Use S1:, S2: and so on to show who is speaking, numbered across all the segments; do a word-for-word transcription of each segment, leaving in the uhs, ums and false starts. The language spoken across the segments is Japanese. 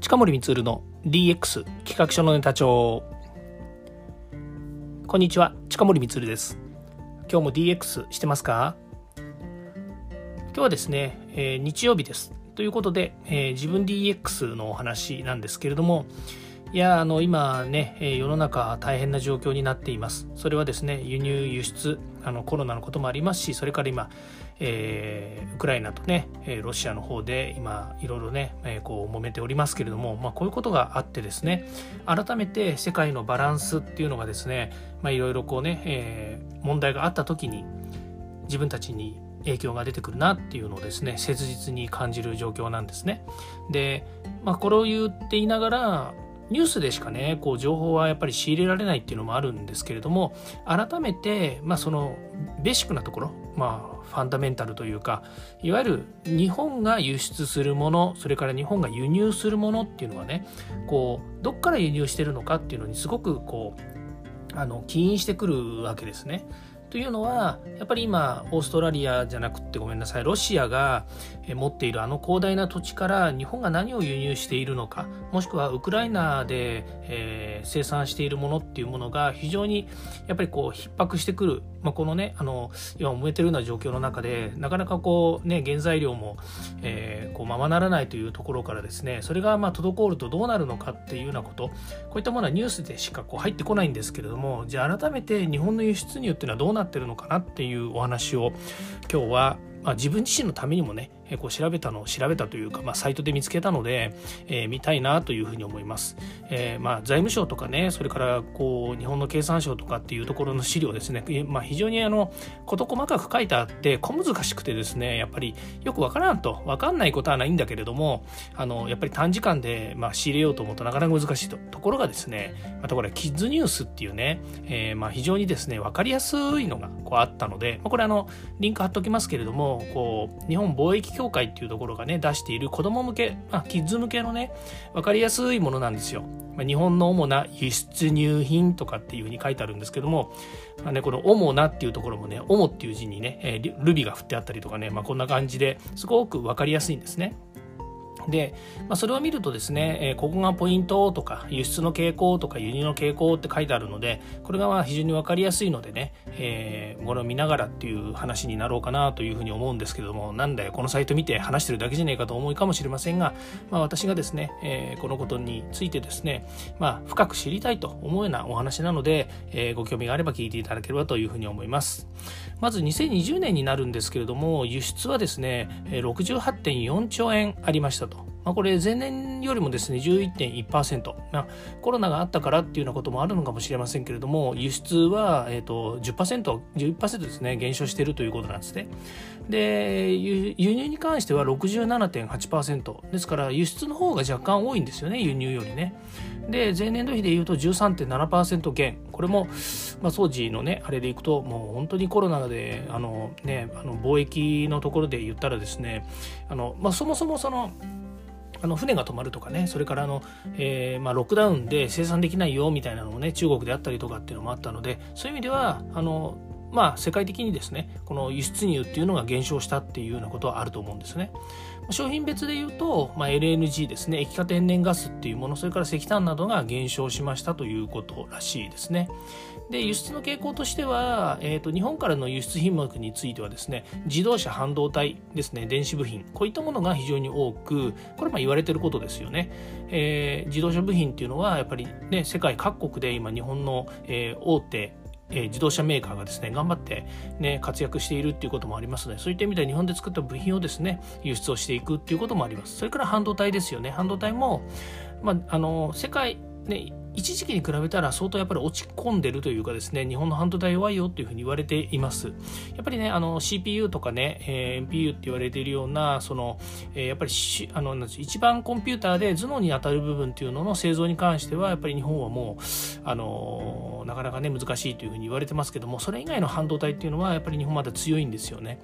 S1: 近森光の ディーエックス 企画書のネタ帳。こんにちは、近森光です。今日も ディーエックス してますか？今日はですね、えー、日曜日ですということで、えー、自分 ディーエックス のお話なんですけれども、いやあの今ね、世の中大変な状況になっています。それはですね、輸入輸出、あのコロナのこともありますし、それから今、えー、ウクライナとねロシアの方で今いろいろね、えー、こう揉めておりますけれども、まあ、こういうことがあってですね、改めて世界のバランスっていうのがですね、まあ、いろいろこうね、えー、問題があった時に自分たちに影響が出てくるなっていうのをですね、切実に感じる状況なんですね。で、まあ、これを言っていながらニュースでしかねこう情報はやっぱり仕入れられないっていうのもあるんですけれども、改めて、まあ、そのベーシックなところ、まあ、ファンダメンタルというか、いわゆる日本が輸出するもの、それから日本が輸入するものっていうのはね、こうどっから輸入してるのかっていうのにすごくこうあの起因してくるわけですね。というのはやっぱり今オーストラリアじゃなくてごめんなさいロシアが持っているあの広大な土地から日本が何を輸入しているのか、もしくはウクライナで、えー、生産しているものっていうものが非常にやっぱりこう逼迫してくる、まあ、このねあの今揉めてるような状況の中でなかなかこうね原材料も、えー、こうままならないというところからですね、それがまあ滞るとどうなるのかっていうようなこと、こういったものはニュースでしかこう入ってこないんですけれども、じゃあ改めて日本の輸出入っていうのはどうなってるのかなっていうお話を今日は、まあ、自分自身のためにもねこう調べたのを調べたというか、まあ、サイトで見つけたので、えー、見たいなというふうに思います。えーまあ、財務省とかね、それからこう日本の経産省とかっていうところの資料ですね、まあ、非常にあの事細かく書いてあって小難しくてですね、やっぱりよくわからんと、わかんないことはないんだけれども、あのやっぱり短時間で、まあ、仕入れようと思うとなかなか難しいと。ところがですね、またこれキッズニュースっていうね、えーまあ、非常にですねわかりやすいのがこうあったので、まあ、これあのリンク貼っときますけれども、こう日本貿易協会っていうところがね出している子ども向け、まあ、キッズ向けのね分かりやすいものなんですよ。まあ、日本の主な輸出入品とかっていうふうに書いてあるんですけども、まあね、この主なっていうところもね、主っていう字にね、えー、ルビが振ってあったりとかね、まあ、こんな感じですごく分かりやすいんですね。で、まあ、それを見るとですね、えー、ここがポイントとか輸出の傾向とか輸入の傾向って書いてあるので、これがまあ非常に分かりやすいのでね、えー、これを見ながらっていう話になろうかなというふうに思うんですけれども、なんだよこのサイト見て話してるだけじゃねえかと思いかもしれませんが、まあ、私がですね、えー、このことについてですね、まあ、深く知りたいと思うようなお話なので、えー、ご興味があれば聞いていただければというふうに思います。まずにせんにじゅうねんになるんですけれども、輸出はですね ろくじゅうはちてんよんちょうえんありましたと。まあ、これ前年よりもですね じゅういってんいちパーセント、まあ、コロナがあったからっていうようなこともあるのかもしれませんけれども、輸出は、えー、と じゅっパーセント、じゅっパーセント ですね減少しているということなんですね。で輸入に関しては ろくじゅうななてんはちパーセント ですから、輸出の方が若干多いんですよね、輸入よりね。で前年度比でいうと じゅうさんてんななパーセント 減、これも、まあ、当時のねあれでいくともう本当にコロナであの、ね、あの貿易のところで言ったらですね、あの、まあ、そもそもそのあの船が止まるとかね、それからあの、えーまあ、ロックダウンで生産できないよみたいなのもね中国であったりとかっていうのもあったので、そういう意味ではあのまあ世界的にですねこの輸出入っていうのが減少したっていうようなことはあると思うんですね。商品別で言うと、まあ、エルエヌジー ですね、液化天然ガスっていうもの、それから石炭などが減少しましたということらしいですね。で輸出の傾向としては、えーと、日本からの輸出品目についてはですね、自動車半導体ですね、電子部品、こういったものが非常に多く、これまあ言われていることですよね。えー、自動車部品っていうのはやっぱりね世界各国で今日本の、えー、大手えー、自動車メーカーがですね頑張って、ね、活躍しているっていうこともありますので、そういった意味では日本で作った部品をですね輸出をしていくっていうこともあります。それから半導体ですよね。半導体も、まあ、あの世界ね一時期に比べたら相当やっぱり落ち込んでるというかですね、日本の半導体弱いよっていうふうに言われています。やっぱりねあの シーピーユー とかね、えー、エムピーユー って言われているようなその、えー、やっぱりしあの一番コンピューターで頭脳に当たる部分っていうのの製造に関してはやっぱり日本はもうあのなかなかね難しいというふうに言われてますけども、それ以外の半導体っていうのはやっぱり日本まだ強いんですよね。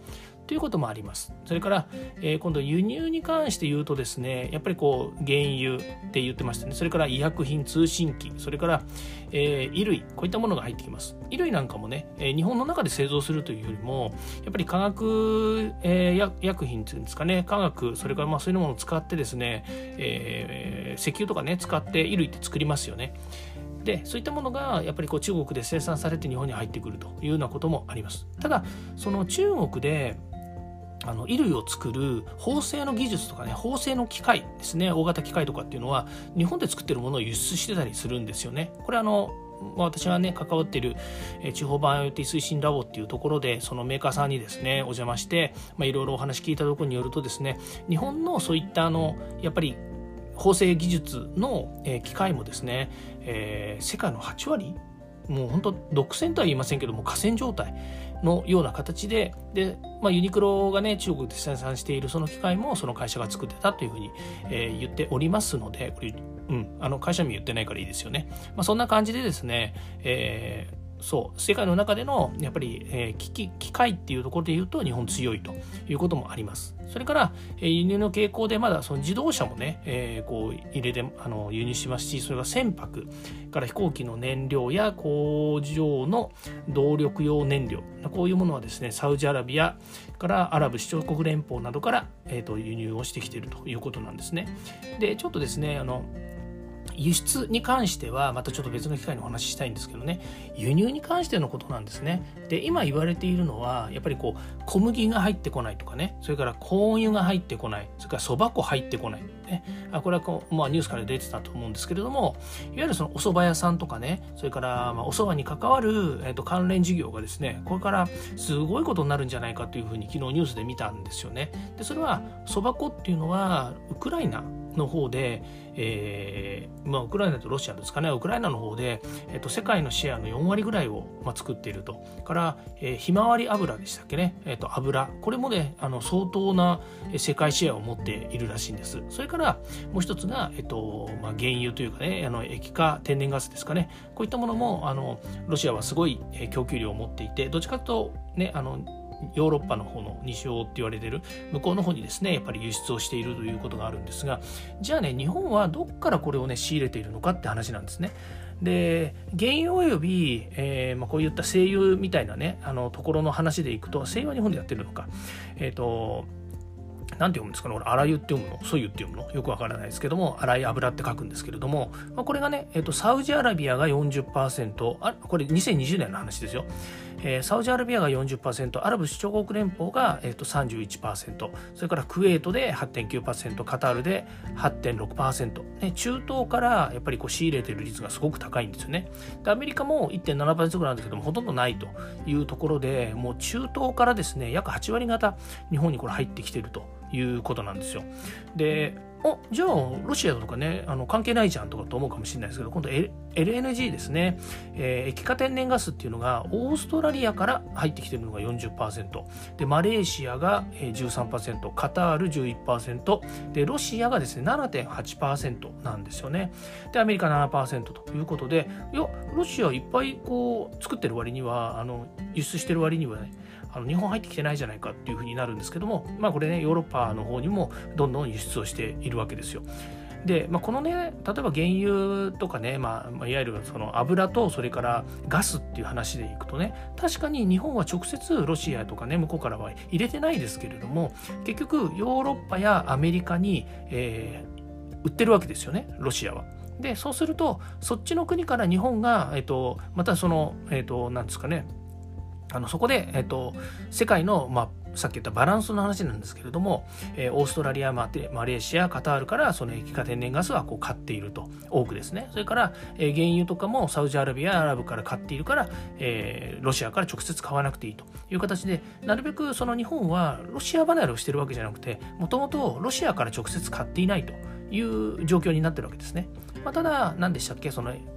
S1: ということもあります。それから、えー、今度輸入に関して言うとですね、やっぱりこう原油って言ってましたね。それから医薬品、通信機、それから、えー、衣類、こういったものが入ってきます。衣類なんかもね、えー、日本の中で製造するというよりもやっぱり化学、えー、薬品っていうんですかね、化学、それからまあそういうものを使ってですね、えー、石油とかね使って衣類って作りますよね。でそういったものがやっぱりこう中国で生産されて日本に入ってくるというようなこともあります。ただその中国であの衣類を作る縫製の技術とかね、縫製の機械ですね、大型機械とかっていうのは日本で作ってるものを輸出してたりするんですよね。これあの私がね関わっている地方版 IoT 推進ラボっていうところでそのメーカーさんにですねお邪魔して、まあ、いろいろお話聞いたところによるとですね、日本のそういったあのやっぱり縫製技術の、えー、機械もですね、えー、世界のはち割、もう本当独占とは言いませんけども寡占状態のような形で、で、まあ、ユニクロがね中国で生産しているその機械もその会社が作ってたというふうに、えー、言っておりますので、これ、うん、あの会社名言ってないからいいですよね。まあ、そんな感じでですね、えーそう世界の中でのやっぱり、えー、機器機械っていうところで言うと日本強いということもあります。それから、えー、輸入の傾向でまだその自動車もね、えー、こう入れてあの輸入しますし、それから船舶から飛行機の燃料や工場の動力用燃料、こういうものはですねサウジアラビアからアラブ首長国連邦などから、えー、と輸入をしてきているということなんですね。でちょっとですねあの輸出に関してはまたちょっと別の機会にお話ししたいんですけどね、輸入に関してのことなんですね。で今言われているのはやっぱりこう小麦が入ってこないとかね、それからコーン油が入ってこない、それからそば粉入ってこない、ね、あこれはこう、まあ、ニュースから出てたと思うんですけれども、いわゆるそのお蕎麦屋さんとかね、それからまあお蕎麦に関わる、えー、と関連事業がですねこれからすごいことになるんじゃないかというふうに昨日ニュースで見たんですよね。でそれはそば粉っていうのはウクライナの方で、えーまあ、ウクライナとロシアですかね、ウクライナの方で、えっと、世界のシェアのよん割ぐらいを、まあ、作っていると。から、えー、ひまわり油でしたっけね、えっと、油、これもねあの相当な世界シェアを持っているらしいんです。それからもう一つが、えっとまあ、原油というかね、あの液化天然ガスですかね、こういったものもあのロシアはすごい供給量を持っていて、どっちかというとねあのヨーロッパの方の西欧って言われてる向こうの方にですねやっぱり輸出をしているということがあるんですが、じゃあね日本はどっからこれをね仕入れているのかって話なんですね。で原油および、えーまあ、こういった精油みたいなねあのところの話でいくと、精油は日本でやってるのか、えっとなんて読むんですかね、俺粗油って読むの、ソユって読むのよくわからないですけども、粗い油って書くんですけれども、まあ、これがね、えー、とサウジアラビアが よんじゅっパーセント、あこれにせんにじゅうねんの話ですよ、えー、サウジアラビアが よんじゅっパーセント、アラブ首長国連邦が、えー、と さんじゅういちパーセント、それからクウェートで はちてんきゅうパーセント、カタールで はちてんろくパーセント、ね、中東からやっぱりこう仕入れている率がすごく高いんですよね。でアメリカも いってんななパーセント ぐらいなんですけどもほとんどないというところで、もう中東からですね約はち割方日本にこれ入ってきているということなんですよ。でおじゃあロシアとかねあの関係ないじゃんとかと思うかもしれないですけど、今度 エルエヌジー ですね、えー、液化天然ガスっていうのがオーストラリアから入ってきてるのが よんじゅっパーセント で、マレーシアが じゅうさんパーセント、 カタール じゅういちパーセント で、ロシアがですね ななてんはちパーセント なんですよね。でアメリカ ななパーセント ということで、いやロシアいっぱいこう作ってる割にはあの輸出してる割にはねあの日本入ってきてないじゃないかっていうふうになるんですけども、まあこれねヨーロッパの方にもどんどん輸出をしているわけですよ。で、まあ、このね例えば原油とかね、まあ、いわゆるその油とそれからガスっていう話でいくとね、確かに日本は直接ロシアとかね向こうからは入れてないですけれども、結局ヨーロッパやアメリカに、えー、売ってるわけですよねロシアは。でそうするとそっちの国から日本が、えー、とまたその、えー、となんですかねあのそこで、えっと、世界の、まあ、さっき言ったバランスの話なんですけれども、えー、オーストラリア、マレーシア、カタールからその液化天然ガスはこう買っていると、多くですね。それから、えー、原油とかもサウジアラビア、アラブから買っているから、えー、ロシアから直接買わなくていいという形で、なるべくその日本はロシア離れをしているわけじゃなくて、もともとロシアから直接買っていないという状況になっているわけですね。まあ、ただ何でしたっけ、その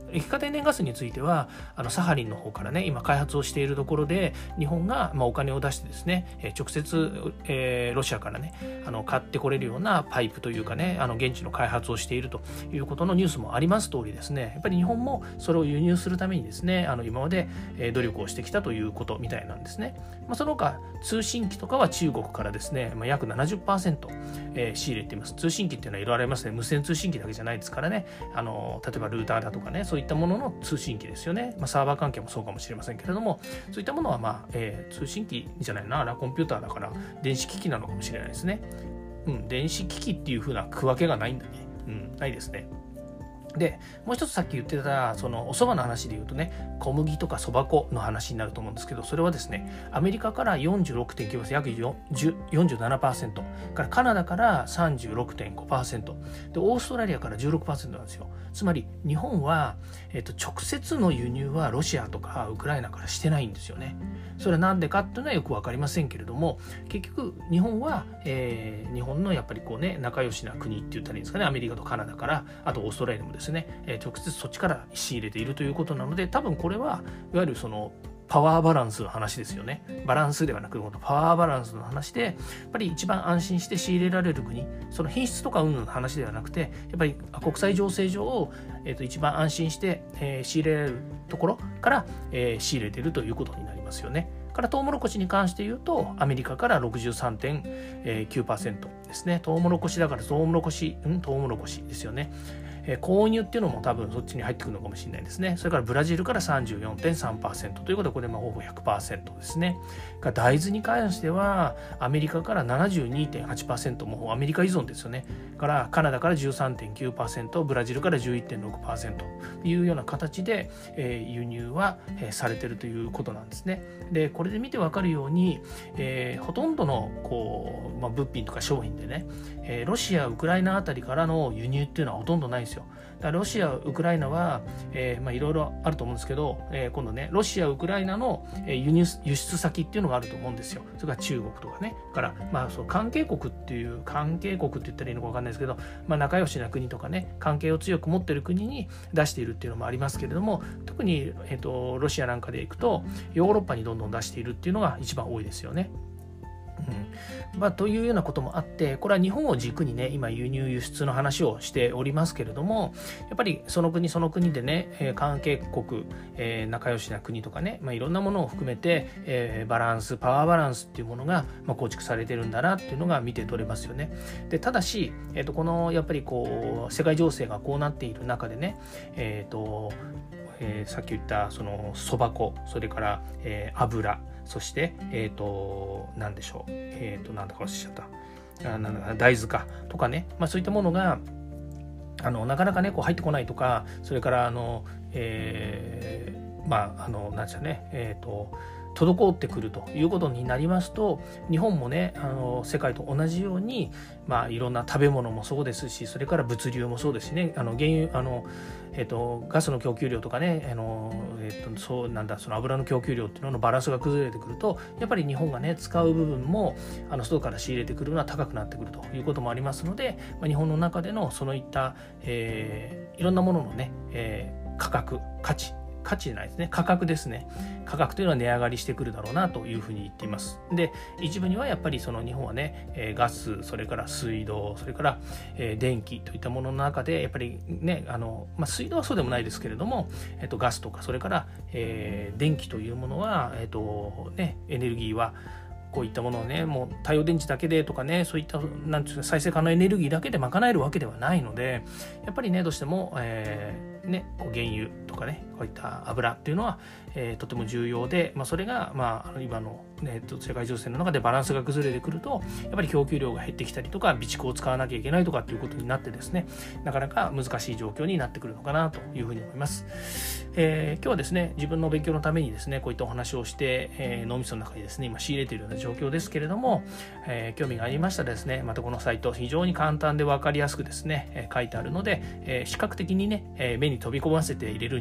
S1: 液化天然ガスについてはあのサハリンの方からね今開発をしているところで、日本がまあお金を出してですね、えー、直接、えー、ロシアからねあの買ってこれるようなパイプというかね、あの現地の開発をしているということのニュースもあります通りですね、やっぱり日本もそれを輸入するためにですね、あの今まで努力をしてきたということみたいなんですね。まあ、その他通信機とかは中国からですね、まあ、約 ななじゅっパーセント、えー、仕入れています。通信機っていうのはいろいろありますね。無線通信機だけじゃないですからね、あの例えばルーターだとかね、そういったものの通信機ですよね。まあ、サーバー関係もそうかもしれませんけれども、そういったものは、まあえー、通信機じゃないな、コンピューターだから電子機器なのかもしれないですね。うん、電子機器っていう風な区分けがないんだね。うん、ないですね。でもう一つさっき言ってたそのお蕎麦の話で言うとね、小麦とかそば粉の話になると思うんですけど、それはですねアメリカから よんじゅうろくてんきゅうパーセント 約 よんじゅうななパーセントからカナダから さんじゅうろくてんごパーセント でオーストラリアから じゅうろくパーセント なんですよ。つまり日本は、えっと、直接の輸入はロシアとかウクライナからしてないんですよね。それはなんでかっていうのはよく分かりませんけれども、結局日本は、えー、日本のやっぱりこうね仲良しな国って言ったらいいんですかね、アメリカとカナダからあとオーストラリアもですね、えー、直接そっちから仕入れているということなので、多分これはいわゆるそのパワーバランスの話ですよね。バランスではなくパワーバランスの話で、やっぱり一番安心して仕入れられる国、その品質とか云々の話ではなくて、やっぱり国際情勢上、えー、と一番安心して、えー、仕入れられるところから、えー、仕入れているということになりますよね。からトウモロコシに関して言うとアメリカから ろくじゅうさんてんきゅうパーセント ですね。トウモロコシだからトウモロコシ、んトウモロコシですよね。えー、購入っていうのも多分そっちに入ってくるのかもしれないですね。それからブラジルから さんじゅうよんてんさんパーセント ということで、これまあほぼ ひゃくパーセント ですね。が大豆に関してはアメリカから ななじゅうにてんはちパーセント、もうアメリカ依存ですよね。からカナダから じゅうさんてんきゅうパーセント、ブラジルから じゅういってんろくパーセント というような形で、えー、輸入は、えー、されているということなんですね。でこれで見てわかるように、えー、ほとんどのこう、まあ、物品とか商品でね、えー、ロシアウクライナあたりからの輸入っていうのはほとんどないんですよ。だからロシアウクライナは、えー、まあいろいろあると思うんですけど、えー、今度ねロシアウクライナの輸入輸出先っていうのがあると思うんですよ。それから中国とかね、からまあそう関係国っていう関係国って言ったらいいのか分かんないですけど、まあ、仲良しな国とかね関係を強く持っている国に出しているっていうのもありますけれども、特に、えーと、ロシアなんかでいくとヨーロッパにどんどん出しているっていうのが一番多いですよね。うんまあ、というようなこともあって、これは日本を軸にね今輸入輸出の話をしておりますけれども、やっぱりその国その国でね、えー、関係国、えー、仲良しな国とかね、まあ、いろんなものを含めて、えー、バランスパワーバランスっていうものが、まあ、構築されてるんだなっていうのが見て取れますよね。でただし、えー、とこのやっぱりこう世界情勢がこうなっている中でね、えーとえー、さっき言ったそのそば粉、それから、えー、油、そして、えっ、ー、と、なんでしょう。えっ、ー、と、なんだか忘れちゃった。あなんだか大豆か。とかね。まあそういったものが、あの、なかなかね、こう入ってこないとか、それから、あの、えー、まあ、あの、なんでしょうね。えっ、ー、と、滞ってくるということになりますと、日本もねあの世界と同じように、まあ、いろんな食べ物もそうですし、それから物流もそうですしね、あの原油あの、えー、とガスの供給量とかねあの、えー、とそうなんだその油の供給量っていうののバランスが崩れてくると、やっぱり日本がね使う部分もあの外から仕入れてくるのは高くなってくるということもありますので、まあ、日本の中でのそのいった、えー、いろんなもののね、えー、価格価値価値じゃないですね価格ですね価格というのは値上がりしてくるだろうなというふうに言っています。で一部にはやっぱりその日本はね、えー、ガス、それから水道、それから、えー、電気といったものの中でやっぱりねあの、まあ、水道はそうでもないですけれども、えー、とガスとかそれから、えー、電気というものは、えーとね、エネルギーはこういったものをねもう太陽電池だけでとかねそういったなんていうか再生可能エネルギーだけで賄えるわけではないので、やっぱりねどうしても、えーね、こう原油とかねこういった油っていうのは、えー、とても重要で、まあ、それが、まあ、今の、ね、世界情勢の中でバランスが崩れてくるとやっぱり供給量が減ってきたりとか備蓄を使わなきゃいけないとかっていうことになってですね、なかなか難しい状況になってくるのかなというふうに思います。えー、今日はですね自分の勉強のためにですねこういったお話をして、えー、脳みその中にですね今仕入れているような状況ですけれども、えー、興味がありましたらですねまたこのサイト非常に簡単で分かりやすくですね、えー、書いてあるので、えー、視覚的にね、えー、目に飛び込ませて入れるには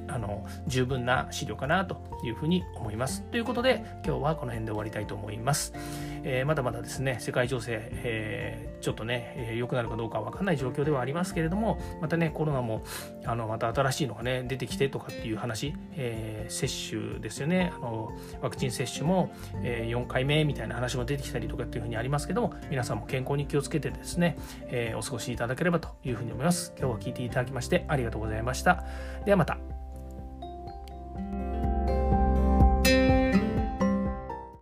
S1: あの十分な資料かなというふうに思います。ということで今日はこの辺で終わりたいと思います。えー、まだまだですね世界情勢、えー、ちょっとね、えー、良くなるかどうかは分かんない状況ではありますけれども、またねコロナもあのまた新しいのがね出てきてとかっていう話、えー、接種ですよね、あのワクチン接種も、えー、よんかいめみたいな話も出てきたりとかっていうふうにありますけども、皆さんも健康に気をつけてですね、えー、お過ごしいただければというふうに思います。今日は聞いていただきましてありがとうございました。ではまた。